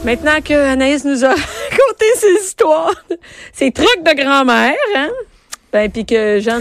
Maintenant que Anaïs nous a conté ses histoires, ses trucs de grand-mère, hein? Ben, puis que Jean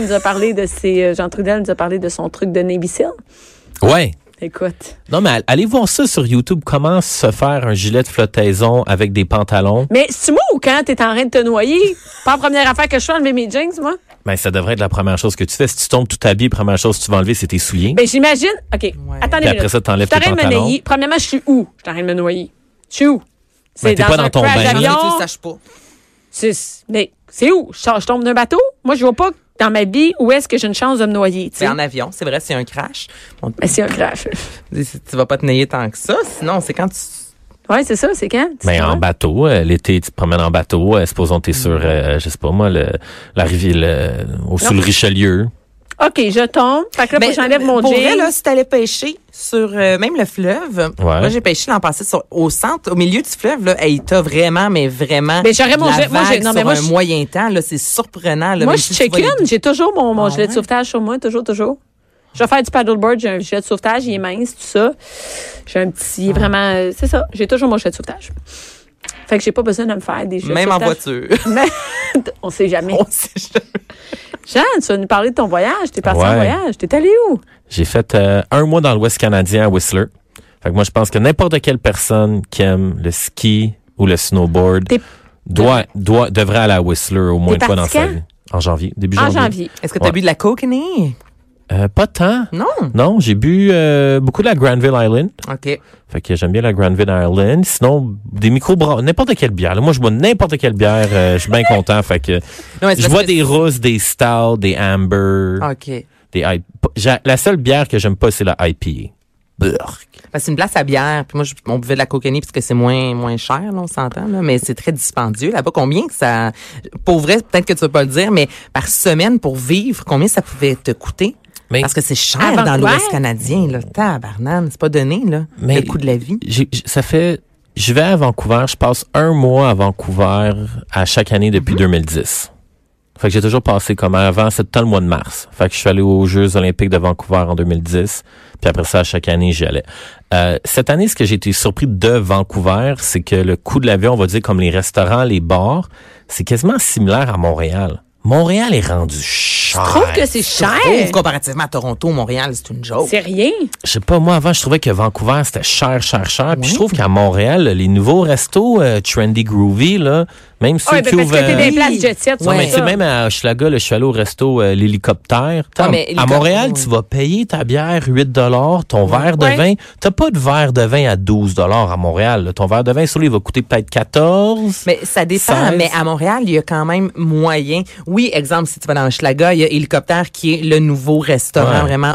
Trudel nous a parlé de son truc de Navy Seal. Ouais. Écoute. Non, mais allez voir ça sur YouTube. Comment se faire un gilet de flottaison avec des pantalons. Mais c'est moi ou quand t'es en train de te noyer? Pas la première affaire que je fais, enlever mes jeans, moi? Ben, ça devrait être la première chose que tu fais. Si tu tombes tout habillé, première chose que tu vas enlever, c'est tes souliers. Ben, j'imagine. OK. Ouais. Attendez. Puis après ça, t'enlèves tes pantalons. Me noyer. Premièrement, je suis où? Je suis en train de me noyer. Je suis où? Ben, t'es pas dans ton bain. D'avion. Tu le saches pas. Mais c'est où? Je tombe d'un bateau? Moi, je vois pas dans ma vie où est-ce que j'ai une chance de me noyer. C'est en avion, c'est vrai, c'est un crash. Ben, c'est un crash. Tu vas pas te nailler tant que ça, sinon c'est quand tu... Oui, c'est ça, c'est quand? Ben, en bateau, l'été, tu te promènes en bateau, supposons t'es sur, je sais pas moi, la rivière, sous le Richelieu. OK, je tombe. Fait que là, j'enlève mon pour jean. vrai, là, si t'allais pêcher sur même le fleuve, moi j'ai pêché l'an passé au centre, au milieu du fleuve, là, hey, t'as vraiment, mais vraiment. Mais j'aurais mon gilet. Sur un moyen temps, là, c'est surprenant. Là, moi, je suis chicken. J'ai toujours mon gilet de sauvetage sur moi, toujours. Je vais faire du paddleboard, j'ai un gilet de sauvetage, il est mince, tout ça. J'ai un petit, vraiment, c'est ça. J'ai toujours mon gilet de sauvetage. Fait que j'ai pas besoin de me faire des gilets de sauvetage. Même en voiture. On sait jamais. On sait jamais. Jean, tu vas nous parler de ton voyage. T'es parti en voyage. T'es allé où? J'ai fait 1 mois dans l'Ouest canadien à Whistler. Fait que moi, je pense que n'importe quelle personne qui aime le ski ou le snowboard devrait aller à Whistler au moins une fois dans sa vie. En janvier, début janvier. En janvier. Est-ce que tu as bu de la Kokanee? Pas tant. Non. Non, j'ai bu beaucoup de la Granville Island. OK. Fait que j'aime bien la Granville Island. Sinon, des n'importe quelle bière. Là, moi, je bois n'importe quelle bière. Je suis bien content. Fait que je vois des rousses, des stouts, des amber. OK. La seule bière que j'aime pas, c'est la IPA. Burk. C'est une place à bière. Puis moi, on buvait de la Kokanee parce que c'est moins cher, là, on s'entend. Là, mais c'est très dispendieux. Là-bas, combien que ça... Pour vrai, peut-être que tu vas pas le dire, mais par semaine, pour vivre, combien ça pouvait te coûter? Parce que c'est cher dans l'Ouest canadien, là. Tabarnane, c'est pas donné, là. Le coût de la vie. Je vais à Vancouver, je passe 1 mois à Vancouver à chaque année depuis 2010. Fait que j'ai toujours passé comme avant, c'est tout le mois de mars. Fait que je suis allé aux Jeux olympiques de Vancouver en 2010. Puis après ça, à chaque année, j'y allais. Cette année, ce que j'ai été surpris de Vancouver, c'est que le coût de l'avion, on va dire comme les restaurants, les bars, c'est quasiment similaire à Montréal. Montréal est rendu cher. Je trouve que c'est cher. Je trouve, comparativement à Toronto, Montréal, c'est une joke. C'est rien. Je sais pas, moi, avant, je trouvais que Vancouver, c'était cher. Puis je trouve qu'à Montréal, les nouveaux restos trendy groovy, là, même ceux qui ouvrent... Parce que t'es des places jet set. Ouais, mais tu sais, même à Hochelaga, je suis allé au resto l'hélicoptère. À Montréal, tu vas payer ta bière 8 $, ton verre de vin. T'as pas de verre de vin à 12 $ à Montréal. Là. Ton verre de vin, sur lui, il va coûter peut-être 14. Mais ça dépend. 16. Mais à Montréal, il y a quand même moyen. Oui, exemple, si tu vas dans Hochelaga, il y a Hélicoptère qui est le nouveau restaurant, vraiment,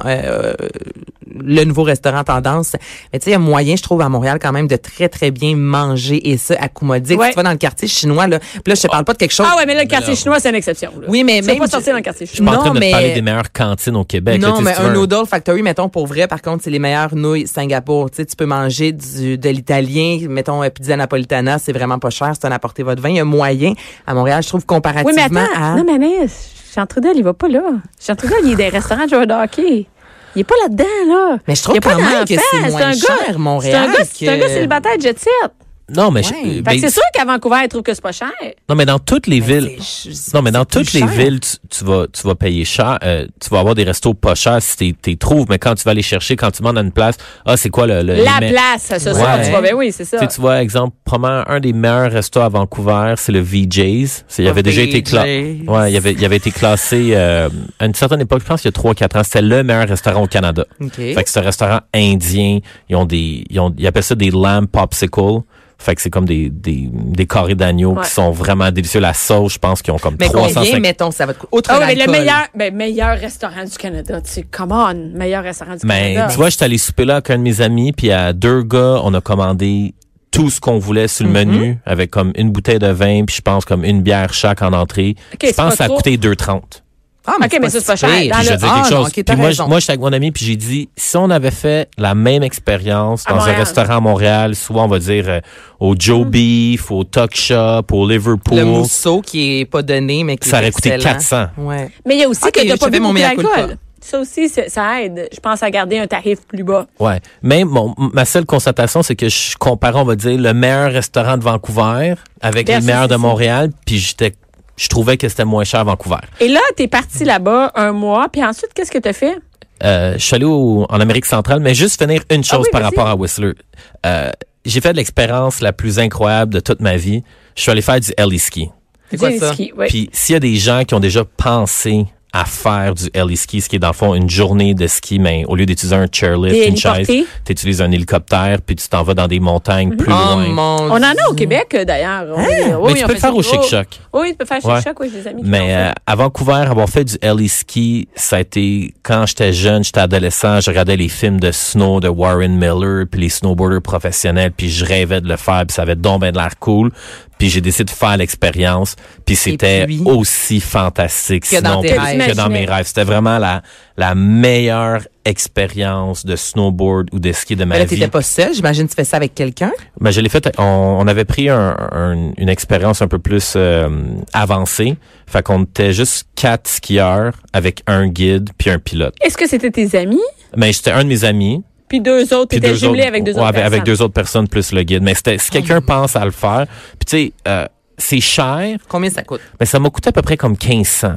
le nouveau restaurant tendance. Mais tu sais, il y a moyen, je trouve, à Montréal, quand même, de très, très bien manger et ça, accommodé. Tu vas dans le quartier chinois, là. Puis là, je te parle pas de quelque chose. Ah ouais, mais là, le quartier chinois, c'est une exception. Là. Oui, mais tu même. vas pas sortir dans le quartier chinois. Je suis pas en train de te parler des meilleures cantines au Québec. Non, là, mais un Noodle Factory, mettons, pour vrai, par contre, c'est les meilleures nouilles Singapour. Tu sais, tu peux manger de l'italien, mettons, pizza napolitana, c'est vraiment pas cher, c'est un apporter votre vin. Il y a moyen. À Montréal, je trouve, comparativement oui, mais attends, non, mais Anaïs, Jean Trudel, il va pas là. Jean Trudel, il est des restaurants de joueurs de hockey. Il est pas là-dedans, là. Mais je trouve quand même que c'est moins cher, Montréal. C'est un gars célibataire jet set. Non, mais c'est sûr qu'à Vancouver, ils trouvent que c'est pas cher. Non, mais dans toutes les villes, tu vas payer cher. Tu vas avoir des restos pas chers si t'es trouves, mais quand tu vas aller chercher, quand tu demandes à une place, c'est quoi la place, ce soir, tu vas, ben oui, c'est ça. Tu vois, exemple, probablement un des meilleurs restos à Vancouver, c'est le VJ's. Il avait déjà été classé. Ouais, il avait été classé à une certaine époque, je pense qu'il y a 3-4 ans, c'était le meilleur restaurant au Canada. Okay. Fait que c'est un restaurant indien. Ils appellent ça des lamb popsicles. Fait que c'est comme des carrés d'agneau qui sont vraiment délicieux. La sauce, je pense qu'ils ont comme 350. Mais combien, mettons, ça va te coûter? Outre mais le meilleur restaurant du Canada. Tu sais, come on, meilleur restaurant du Canada. Tu vois, j'étais allé souper là avec un de mes amis, puis à 2 gars, on a commandé tout ce qu'on voulait sur le menu, avec comme une bouteille de vin, puis je pense comme une bière chaque en entrée. Je pense que ça a coûté 2,30. Ah, mais ça, c'est pas cher. Puis je vais dire quelque chose. Puis moi, j'étais avec mon ami, puis j'ai dit, si on avait fait la même expérience dans un restaurant à Montréal, soit on va dire au Joe Beef, au Tuck Shop, au Liverpool. Le mousseau qui est pas donné, mais qui ça est aurait coûté 400. Ouais. Mais il y a aussi que t'as pas bu beaucoup d'alcool. Ça aussi, ça aide, je pense, à garder un tarif plus bas. Ouais. Mais ma seule constatation, c'est que je compare, on va dire, le meilleur restaurant de Vancouver avec les meilleurs de Montréal, puis je trouvais que c'était moins cher à Vancouver. Et là, t'es parti là-bas un mois, puis ensuite, qu'est-ce que t'as fait? Je suis allé en Amérique centrale, mais juste finir une chose par rapport à Whistler. J'ai fait de l'expérience la plus incroyable de toute ma vie. Je suis allé faire du heli ski. C'est quoi ça? Puis s'il y a des gens qui ont déjà pensé à faire du heli ski, ce qui est dans le fond une journée de ski, mais au lieu d'utiliser un chairlift, une chaise, tu utilises un hélicoptère, puis tu t'en vas dans des montagnes plus loin. On en a au Québec, d'ailleurs. Mais tu peux le faire au Chic Choc. Oui, tu peux faire Chic Choc, oui, j'ai des amis qui Mais à Vancouver, avoir fait du heli ski, ça a été, quand j'étais jeune, j'étais adolescent, je regardais les films de snow de Warren Miller, puis les snowboarders professionnels, puis je rêvais de le faire, puis ça avait donc bien de l'air cool. Puis j'ai décidé de faire l'expérience, puis c'était aussi fantastique que dans mes rêves. C'était vraiment la meilleure expérience de snowboard ou de ski de ma vie. T'étais pas seul, j'imagine que tu fais ça avec quelqu'un? Ben je l'ai fait, on avait pris une expérience un peu plus avancée. Fait qu'on était juste 4 skieurs avec un guide puis un pilote. Est-ce que c'était tes amis? Ben j'étais un de mes amis. Puis deux autres, t'étais jumelé avec deux autres personnes. Avec 2 autres personnes plus le guide. Mais si quelqu'un pense à le faire, puis tu sais, c'est cher. Combien ça coûte? Mais ça m'a coûté à peu près comme 1500.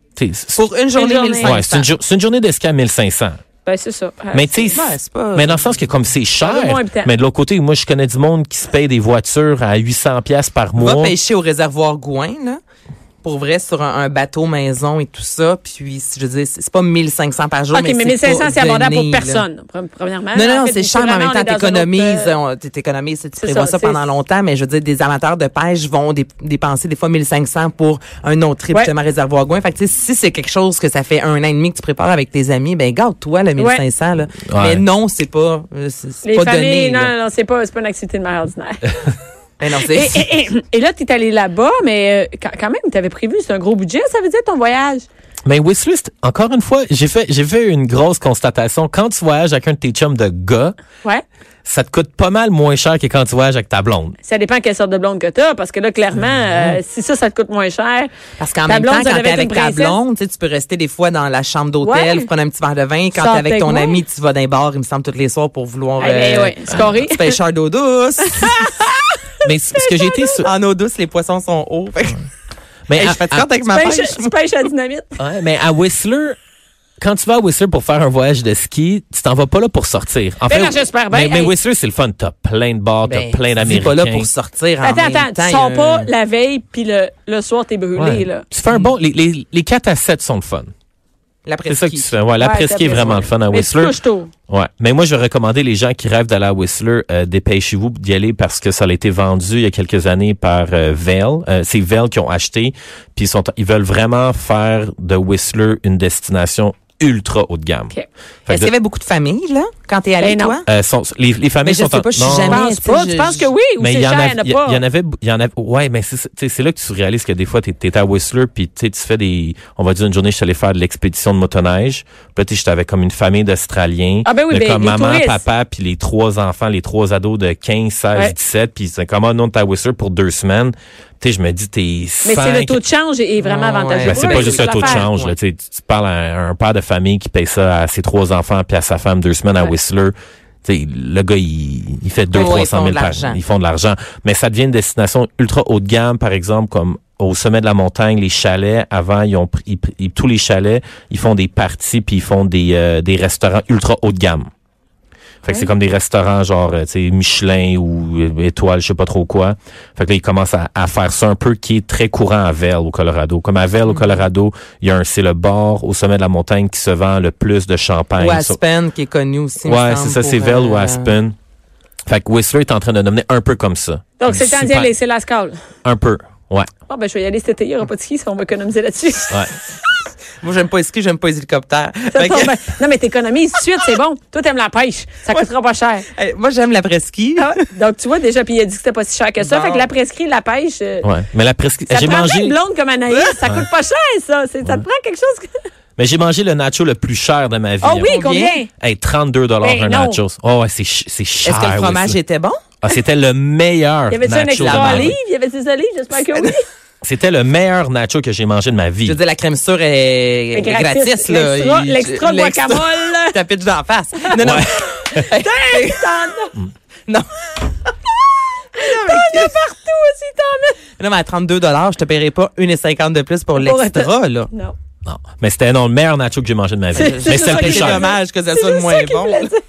Pour une journée, 1500. Ouais, c'est une journée de ski à 1500. Ben, c'est ça. Mais tu sais, mais dans le sens que comme c'est cher, mais de l'autre côté, moi, je connais du monde qui se paye des voitures à 800$ par mois. Va pêcher au réservoir Gouin, là. Pour vrai, sur un bateau maison et tout ça. Puis, je veux dire, c'est pas 1500 par jour, mais 1500, c'est abordable pour personne, premièrement. Non, c'est cher, mais en même temps, t'économises, tu prévois ça pendant longtemps, mais je veux dire, des amateurs de pêche vont dépenser des fois 1500 pour un autre trip, justement, réservoir Gouin. Fait que, si c'est quelque chose que ça fait 1 an et demi que tu prépares avec tes amis, ben, garde-toi, le 1500, là. Ouais. Mais non, c'est pas familles, donné. Non, c'est pas une activité de mère ordinaire. Non, et là, t'es allé là-bas, mais quand même, t'avais prévu, c'est un gros budget, ça veut dire, ton voyage? Mais Whistler, encore une fois, j'ai fait une grosse constatation. Quand tu voyages avec un de tes chums de gars, ça te coûte pas mal moins cher que quand tu voyages avec ta blonde. Ça dépend quelle sorte de blonde que t'as, parce que là, clairement, si ça te coûte moins cher. Parce qu'en même temps, quand t'es avec ta blonde, tu peux rester des fois dans la chambre d'hôtel, vous prenez un petit verre de vin. Quand t'es avec ton ami, tu vas dans les bars, il me semble, tous les soirs pour vouloir tu pêches d'eau douce. Mais ce que j'ai été en eau douce, les poissons sont hauts. Mais je fais avec ma pêche. Tu pêches à dynamite. Ouais, mais à Whistler, quand tu vas à Whistler pour faire un voyage de ski, tu t'en vas pas là pour sortir. En fait, j'espère bien. Mais Whistler, c'est le fun. T'as plein de bars, t'as plein d'Américains. Tu pas là pour sortir en même temps. Attends, tu sors pas la veille, puis le soir, t'es brûlé. Là. Tu fais un bon... Les 4 à 7 sont le fun. C'est ça que tu fais. Ouais, l'après-ski est vraiment le fun à Whistler. Ouais. Mais moi, je vais recommander les gens qui rêvent d'aller à Whistler, dépêchez-vous d'y aller parce que ça a été vendu il y a quelques années par Vail. C'est Vail qui ont acheté. Puis ils veulent vraiment faire de Whistler une destination ultra haut de gamme. Okay. Est-ce qu'il y avait beaucoup de familles, là, quand t'es allé, toi? Les familles sont... Je pense pas. Tu penses que oui, ou c'est cher, il n'y en a pas? Il y en avait, ouais, mais c'est là que tu réalises que des fois, t'es à Whistler, puis tu fais on va dire une journée, je suis allé faire de l'expédition de motoneige. Puis j'étais avec comme une famille d'Australiens. Comme maman, papa, puis les 3 enfants, les 3 ados de 15, 16, 17, puis c'est comme un autre à Whistler pour 2 semaines. Tu sais, je me dis, t'es 5... Mais c'est le taux de change est vraiment avantageux. Ben, c'est pas juste le taux de change. Là, tu parles à un père de famille qui paye ça à ses 3 enfants puis à sa femme 2 semaines à Whistler. T'sais, le gars, il fait 200-300 000 par an. Ils font de l'argent. Mais ça devient une destination ultra haut de gamme, par exemple, comme au sommet de la montagne, les chalets. Avant, tous les chalets, ils font des parties puis ils font des restaurants ultra haut de gamme. Fait que c'est comme des restaurants genre, tu sais, Michelin ou Étoile, je sais pas trop quoi. Fait que là, ils commencent à faire ça un peu qui est très courant à Vail, au Colorado. Comme à Vail, au Colorado, c'est le bar au sommet de la montagne qui se vend le plus de champagne. Ou Aspen, qui est connu aussi. Ouais, c'est ça, c'est Vail ou Aspen. Fait que Whistler est en train de devenir un peu comme ça. Donc, c'est temps d'y aller, c'est la scale. Un peu, ouais. Ah, ben, je vais y aller cet été, il n'y aura pas de ski, ça, on va économiser là-dessus. Ouais. Moi, j'aime pas les skis, j'aime pas les hélicoptères. Non, mais t'économises tout de suite, c'est bon. Toi, t'aimes la pêche. Ça coûtera pas cher. Moi, j'aime l'après-ski. Donc, tu vois, déjà, puis il a dit que c'était pas si cher que ça. Fait que l'après-ski, la pêche. Ouais. Mais l'après-ski, j'ai mangé. Une blonde comme Anaïs, ça coûte pas cher, ça. Ça te prend quelque chose. Mais j'ai mangé le nacho le plus cher de ma vie. Oh oui, combien? Hey, 32 un nachos. Oh, ouais, c'est cher. Est-ce que le fromage était bon? Ah, c'était le meilleur. Y avait-tu un extra olive? Y avait-tu des olives? J'espère que oui. C'était le meilleur nacho que j'ai mangé de ma vie. Je veux dire, la crème sûre est gratis, là. L'extra guacamole. T'as pitch d'en face. Non. Non. T'en as partout aussi, t'en mets. Non, mais à 32 $, je te paierai pas 1,50 de plus pour l'extra, là. Non. Non. Mais c'était le meilleur nacho que j'ai mangé de ma vie. Mais c'était le plus C'est cher. dommage que ça soit le moins bon.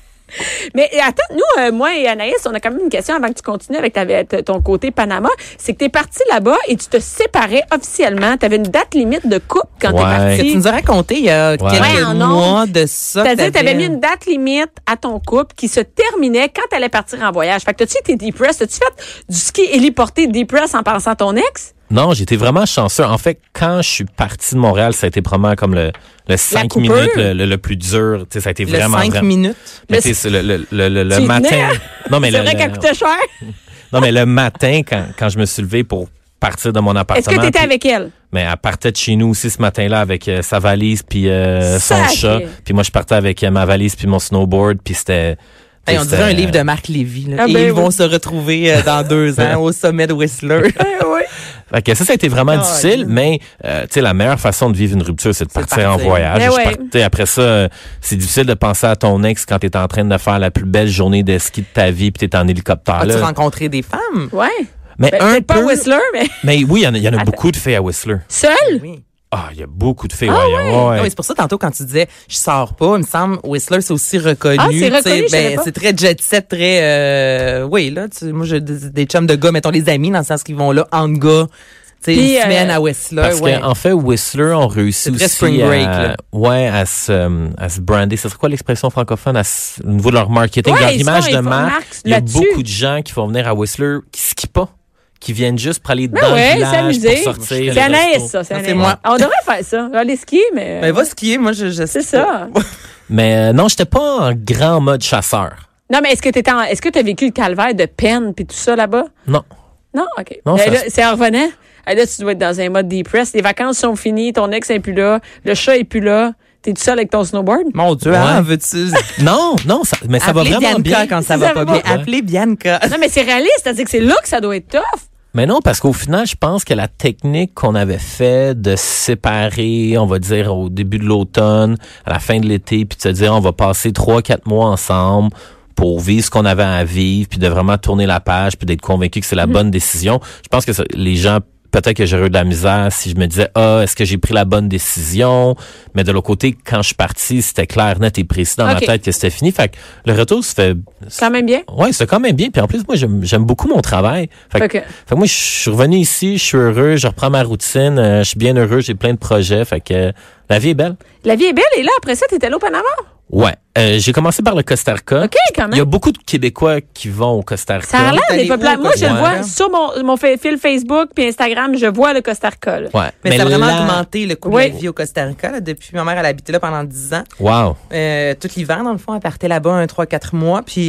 Mais attends, nous, moi et Anaïs, on a quand même une question avant que tu continues avec ton côté Panama. C'est que t'es parti là-bas et tu te séparais officiellement. T'avais une date limite de couple quand t'es Que parti. tu nous as raconté il y a quelques mois de ça. C'est-à-dire que t'avais mis une date limite à ton couple qui se terminait quand t'allais partir en voyage. Fait que t'as-tu été depressed? T'as-tu fait du ski héliporté depressed en pensant à ton ex? Non, j'étais vraiment chanceux. En fait, quand je suis parti de Montréal, ça a été probablement comme le 5 minutes le plus dur. Tu sais, ça a été vraiment... 5 minutes? Mais tu sais, le Tu y matin... tenais, hein? Non, mais C'est vrai qu'elle coûtait cher. Non, mais le matin, quand je me suis levé pour partir de mon appartement... Est-ce que t'étais avec elle? Mais elle partait de chez nous aussi ce matin-là avec sa valise puis son Sacré. chat. Puis moi, je partais avec ma valise puis mon snowboard. Puis c'était... Hey, on dirait un livre de Marc Lévy. Là. Ah, Et ben ils oui. vont se retrouver dans 2 ans au sommet de Whistler. Oui. Fait que ça a été vraiment difficile, mais tu sais, la meilleure façon de vivre une rupture, c'est de partir en voyage. Mais Je ouais. partais, après ça, c'est difficile de penser à ton ex quand t'es en train de faire la plus belle journée de ski de ta vie puis t'es en hélicoptère. As-tu Là. rencontré des femmes? Ouais. Mais Ben, un peut-être pas peu... Whistler, mais Mais oui, il y en a Attends. beaucoup de filles à Whistler. seul? Oui. Ah, il y a beaucoup de filles. Ah ouais. ouais? Non, mais c'est pour ça, tantôt, quand tu disais, je sors pas, il me semble, Whistler, c'est aussi reconnu. Ah, c'est reconnu, tu sais, je savais pas. c'est très jet set, très, oui, là, moi, j'ai des chums de gars, mettons les amis, dans le sens qu'ils vont là, en gars, tu sais, Puis, une semaine à Whistler, Parce ouais. qu'en fait, Whistler, on réussit C'est très aussi spring break, là. à se brander. C'est quoi l'expression francophone au niveau de leur marketing, Ouais, leur ils image font- de ils font marque? marque Il y a là-dessus. beaucoup de gens qui vont venir à Whistler qui skient pas, qui viennent juste pour aller Ben dans ouais, le village s'amuser. pour sortir. C'est les Anaïs, restos. ça. C'est Ça, Anaïs. c'est moi. On devrait faire ça. Aller skier, mais. Ben, va skier, moi, je C'est sais ça. pas. Mais non, j'étais pas en grand mode chasseur. Non, mais est-ce que tu as vécu le calvaire de peine puis tout ça là-bas? Non. Non? OK. Non, Ben ça là, se- c'est en revenant. Là, tu dois être dans un mode depress. Les vacances sont finies, ton ex est plus là, le chat est plus là. T'es tout seul avec ton snowboard? Mon Dieu, Ouais. hein, veux-tu? Non, mais ça va Appelez vraiment Bianca bien. quand ça va pas bien. Appelez Bianca. Non, mais c'est réaliste. C'est-à-dire que c'est là que ça doit être tough. Mais non, parce qu'au final, je pense que la technique qu'on avait fait de se séparer, on va dire au début de l'automne, à la fin de l'été, puis de se dire on va passer 3-4 mois ensemble pour vivre ce qu'on avait à vivre, puis de vraiment tourner la page, puis d'être convaincu que c'est la bonne décision. Je pense que les gens, peut-être que j'aurais eu de la misère si je me disais, est-ce que j'ai pris la bonne décision? Mais de l'autre côté, quand je suis parti, c'était clair, net et précis dans ma Ok. tête que c'était fini. Fait que le retour se fait... Quand même bien. Ouais, c'est quand même bien. Puis en plus, moi, j'aime beaucoup mon travail. Fait que moi, je suis revenu ici, je suis heureux, je reprends ma routine, je suis bien heureux, j'ai plein de projets. Fait que la vie est belle. La vie est belle. Et là, après ça, t'étais allé au Panama? Ouais. J'ai commencé par le Costa Rica. OK, quand Il y a même. beaucoup de Québécois qui vont au Costa Rica. Ça a l'air T'es des allé peuples. où, Moi, je le Costa vois Rica? sur mon fil Facebook puis Instagram, je vois le Costa Rica. Là. Ouais. Mais ça a vraiment là- augmenté le coût Oui. de la vie au Costa Rica. Là, depuis, ma mère, elle habitait là pendant 10 ans. Wow. Tout l'hiver, dans le fond, elle partait là-bas 3-4 mois. Puis,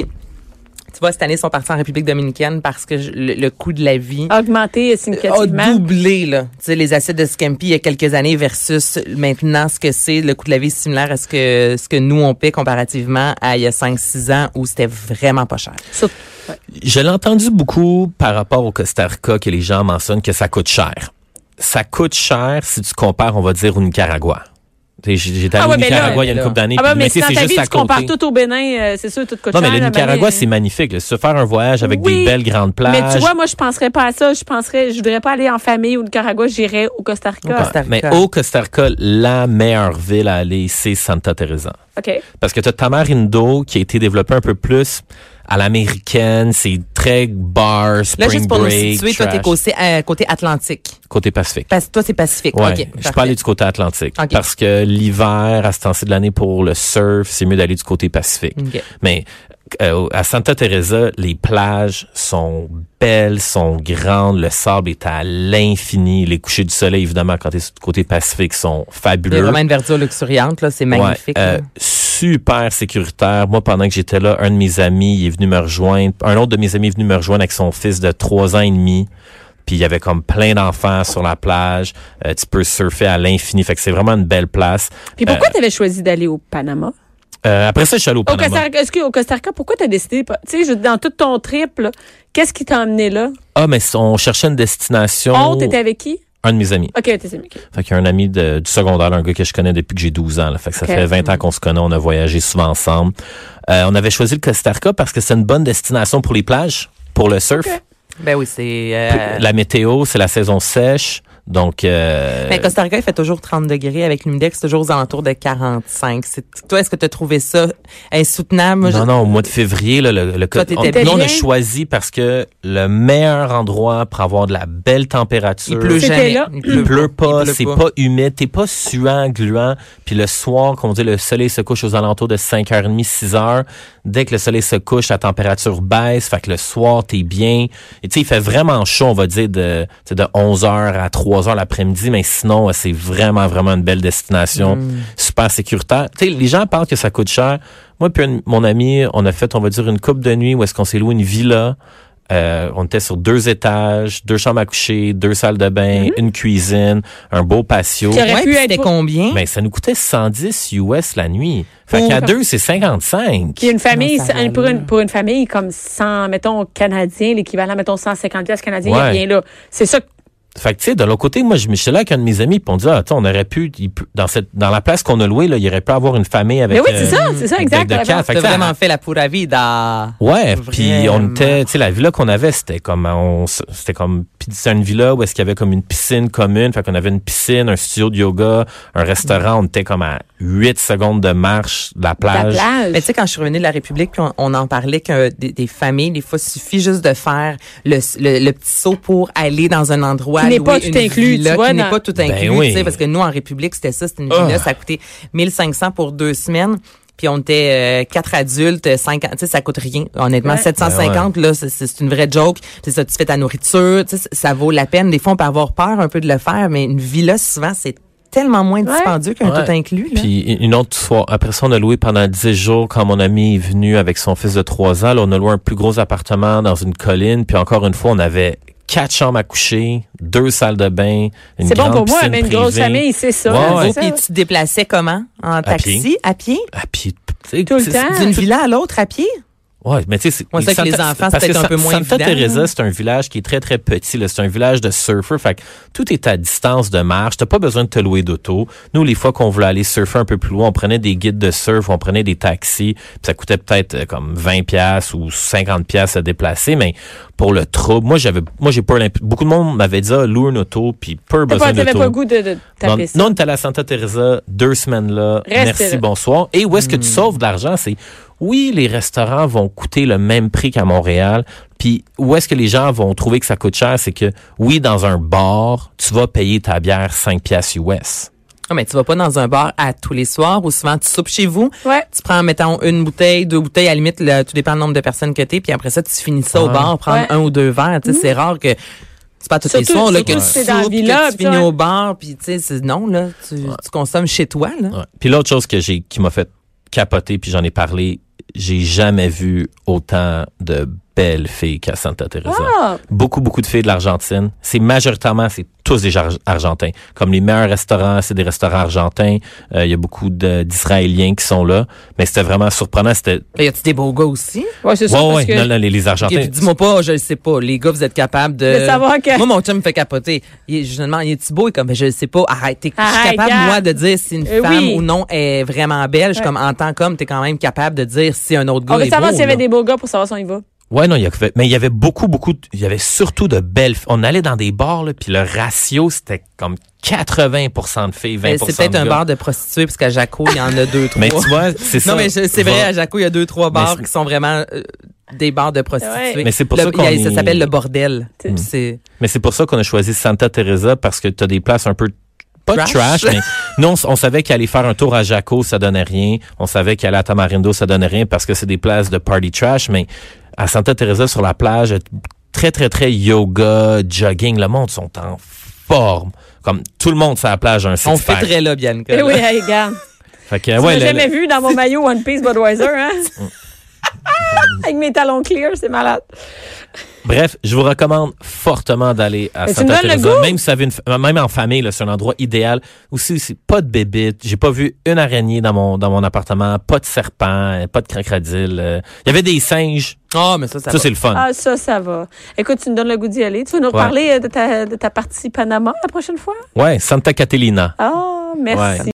tu vois, cette année, ils sont partis en République dominicaine parce que le coût de la vie Augmenté a significativement. doublé, là. Tu sais, les assiettes de Scampi il y a quelques années versus maintenant ce que c'est. Le coût de la vie est similaire à ce que nous, on paie comparativement à il y a 5-6 ans où c'était vraiment pas cher. Sur- Je l'ai entendu beaucoup par rapport au Costa Rica que les gens mentionnent que ça coûte cher. Ça coûte cher si tu compares, on va dire, au Nicaragua. J'étais allé ouais, au mais là, Nicaragua il y a une couple d'années. Ah ben, puis- mais tu sais, dans ta vie, juste à tu compares côté. tout au Bénin, c'est sûr, tout coûte Non, cher. mais le là, Nicaragua, mais- c'est magnifique. Là. Se faire un voyage avec Oui, des belles grandes plages. Mais tu vois, moi, je penserais pas à ça. Je voudrais pas aller en famille au Nicaragua, j'irais au Costa Rica. Au Costa Rica. Mais au Costa Rica, la meilleure ville à aller, c'est Santa Teresa. OK. Parce que tu as Tamarindo qui a été développé un peu plus à l'américaine. C'est très bar, spring Là, juste pour nous break, situer, toi, t'es côté Atlantique. côté Pacifique. Parce que toi, c'est Pacifique. Ouais, OK, je suis pas parfait. allé du côté Atlantique. OK. Parce que l'hiver, à ce temps-ci de l'année pour le surf, c'est mieux d'aller du côté Pacifique. OK. Mais à Santa Teresa, les plages sont belles, sont grandes, le sable est à l'infini. Les couchers du soleil, évidemment, quand tu es du côté Pacifique, sont Il y a fabuleux. vraiment une verdure luxuriante, là. C'est magnifique. Ouais, là. super sécuritaire. Moi, pendant que j'étais là, un de mes amis il est venu me rejoindre. Un autre de mes amis est venu me rejoindre avec son fils de 3 ans et demi. Puis il y avait comme plein d'enfants sur la plage. Tu peux surfer à l'infini. Fait que c'est vraiment une belle place. Puis pourquoi tu avais choisi d'aller au Panama? Après ça, je suis allé au Au Panama. Costa Rica, au Costa Rica, pourquoi tu as décidé? Tu sais, dans tout ton trip, là, qu'est-ce qui t'a emmené là? Ah, mais on cherchait une destination. Oh, t'étais avec qui? Un de mes amis. OK, tes amis. OK. Fait qu'il y a un ami du secondaire, un gars que je connais depuis que j'ai 12 ans. Là. Fait que ça fait 20 ans qu'on se connaît, on a voyagé souvent ensemble. On avait choisi le Costa Rica parce que c'est une bonne destination pour les plages, pour le surf. Okay. Ben oui, c'est... La météo, c'est la saison sèche. Donc, Mais Costa Rica, il fait toujours 30 degrés avec l'humidex, toujours aux alentours de 45. Toi, est-ce que tu as trouvé ça insoutenable? Non, au mois de février, là, nous, on a choisi parce que le meilleur endroit pour avoir de la belle température. Il pleut jamais. Il pleut pas, c'est pas humide, t'es pas suant, gluant. Puis le soir, comme on dit, le soleil se couche aux alentours de 5h30, 6h. Dès que le soleil se couche, la température baisse. Fait que le soir, t'es bien. Et tu sais, il fait vraiment chaud, on va dire, de 11h à 3h l'après-midi, mais sinon, c'est vraiment, vraiment une belle destination. Super sécuritaire. Tu sais, les gens pensent que ça coûte cher. Moi puis mon ami, on a fait, on va dire, une couple de nuit où est-ce qu'on s'est loué une villa. On était sur 2 étages, 2 chambres à coucher, 2 salles de bain, une cuisine, un beau patio. Qui aurait pu être combien? Ben, ça nous coûtait 110 US la nuit. Fait qu'à 2, c'est 55. Puis une famille, pour une famille comme 100, mettons, canadien, l'équivalent, mettons, 150 piastres canadiens, il y a rien là. C'est ça. Fait que, tu sais, de l'autre côté, moi, je me suis là avec un de mes amis, puis on dit, on aurait pu, dans la place qu'on a louée, là, il aurait pu avoir une famille avec. Mais oui, c'est ça, exact. T'as vraiment fait la pura vida. Ouais, puis on était, tu sais, la villa qu'on avait, c'était c'est une villa où est-ce qu'il y avait comme une piscine commune, fait qu'on avait une piscine, un studio de yoga, un restaurant, on était comme à 8 secondes de marche de la plage. Mais tu sais, quand je suis revenue de la République, puis on en parlait que des familles, des fois, suffit juste de faire le petit saut pour aller dans un endroit qui n'est pas tout inclus, tu vois. Qui n'est pas tout inclus, oui. tu sais, parce que nous, en République, c'était ça, c'était une villa, ça a coûté 1500 pour 2 semaines. Puis on était 4 adultes, 5 ans, tu sais, ça coûte rien. Honnêtement, 750, là, c'est une vraie joke. C'est ça, tu fais ta nourriture, tu sais, ça vaut la peine. Des fois, on peut avoir peur un peu de le faire, mais une villa, souvent, c'est tellement moins dispendieux qu'un tout inclus. Là. Puis une autre fois, après ça, on a loué pendant 10 jours quand mon ami est venu avec son fils de 3 ans. Là, on a loué un plus gros appartement dans une colline. Puis encore une fois, on avait 4 chambres à coucher, 2 salles de bain, une grande piscine privée. C'est bon pour moi, mais une grosse famille, c'est ça. Ouais. Puis tu te déplaçais comment? En taxi? À pied? À pied. Tout le temps. D'une villa à l'autre à pied? Ouais, mais tu sais, c'est que les enfants, c'est peut-être un peu moins Santa évident. Teresa, c'est un village qui est très, très petit. Là. C'est un village de surfeurs. Fait que tout est à distance de marche. T'as pas besoin de te louer d'auto. Nous, les fois qu'on voulait aller surfer un peu plus loin, on prenait des guides de surf, on prenait des taxis. Puis ça coûtait peut-être comme 20 piastres ou 50 piastres à déplacer. Mais pour le trouble, moi, j'ai pas beaucoup de monde m'avait dit, loue une auto, puis peu besoin d'auto. T'avais pas le goût de taper ça. Non, on était à la Santa Teresa 2 semaines là. Merci, bonsoir. Et où est-ce que tu sauves de l'argent? C'est oui, les restaurants vont coûter le même prix qu'à Montréal. Puis où est-ce que les gens vont trouver que ça coûte cher? C'est que, oui, dans un bar, tu vas payer ta bière 5 piastres US. Ah, mais tu vas pas dans un bar à tous les soirs ou souvent tu soupes chez vous. Ouais. Tu prends, mettons, 1 bouteille, 2 bouteilles, à la limite, tout dépend du nombre de personnes que t'es. Puis après ça, tu finis ça au bar, prendre 1 ou 2 verres. Tu sais, c'est rare que c'est pas tous les soirs là, que tu soupes, que tu finis au bar. Puis tu sais, non, là, tu consommes chez toi. Là. Ouais. Puis l'autre chose qui m'a fait capoter, puis j'en ai parlé, j'ai jamais vu autant de belles filles qu'à Santa Teresa. Ah. Beaucoup de filles de l'Argentine. C'est tous des Argentins. Comme les meilleurs restaurants, c'est des restaurants argentins. Il y a beaucoup d'Israéliens qui sont là. Mais c'était vraiment surprenant. Y a-tu des beaux gars aussi? Ouais, c'est ça. Parce que... Non, les Argentins. Okay, dis-moi pas, je le sais pas. Les gars, vous êtes capables de savoir que... Moi, mon chum me fait capoter. Je me demande, il est beau? Comme, je le sais pas. Arrête. Je suis capable, moi, de dire si une femme ou non est vraiment belle. Je suis comme, en tant qu'homme, t'es quand même capable de dire si un autre gars est beau. On veut savoir s'il y avait des beaux gars pour savoir si on y va. Ouais, non, mais il y avait il y avait surtout de belles filles. On allait dans des bars, là, puis le ratio, c'était comme 80% de filles, 20% de gars. C'est peut-être un bar de prostituées, parce qu'à Jaco, il y en a 2, 3. Mais tu vois, c'est ça. Non, mais c'est vrai, à Jaco, il y a 2, 3 bars qui sont vraiment des bars de prostituées. Ouais. Mais c'est pour ça ça s'appelle le bordel. Mais c'est pour ça qu'on a choisi Santa Teresa, parce que t'as des places un peu pas trash, mais nous, on savait qu'aller faire un tour à Jaco, ça donnait rien. On savait qu'aller à Tamarindo, ça donnait rien parce que c'est des places de party trash, mais à Santa Teresa, sur la plage, très, très, très yoga, jogging, le monde sont en forme. Comme tout le monde sur la plage a un six-pack. On fêterait là, Bianca. Oui, regarde. Fait que, tu m'as jamais vu dans mon maillot One Piece Budweiser, hein? Avec mes talons clear, c'est malade. Bref, je vous recommande fortement d'aller à Santa Teresa. Même si vous avez même en famille, là, c'est un endroit idéal. Aussi, pas de bébites. J'ai pas vu une araignée dans mon appartement. Pas de serpent, pas de crocodile. Il y avait des singes. Mais ça c'est le fun. Ah, ça va. Écoute, tu nous donnes le goût d'y aller. Tu vas nous reparler de ta partie Panama la prochaine fois? Ouais, Santa Catalina. Ah, merci. Ouais.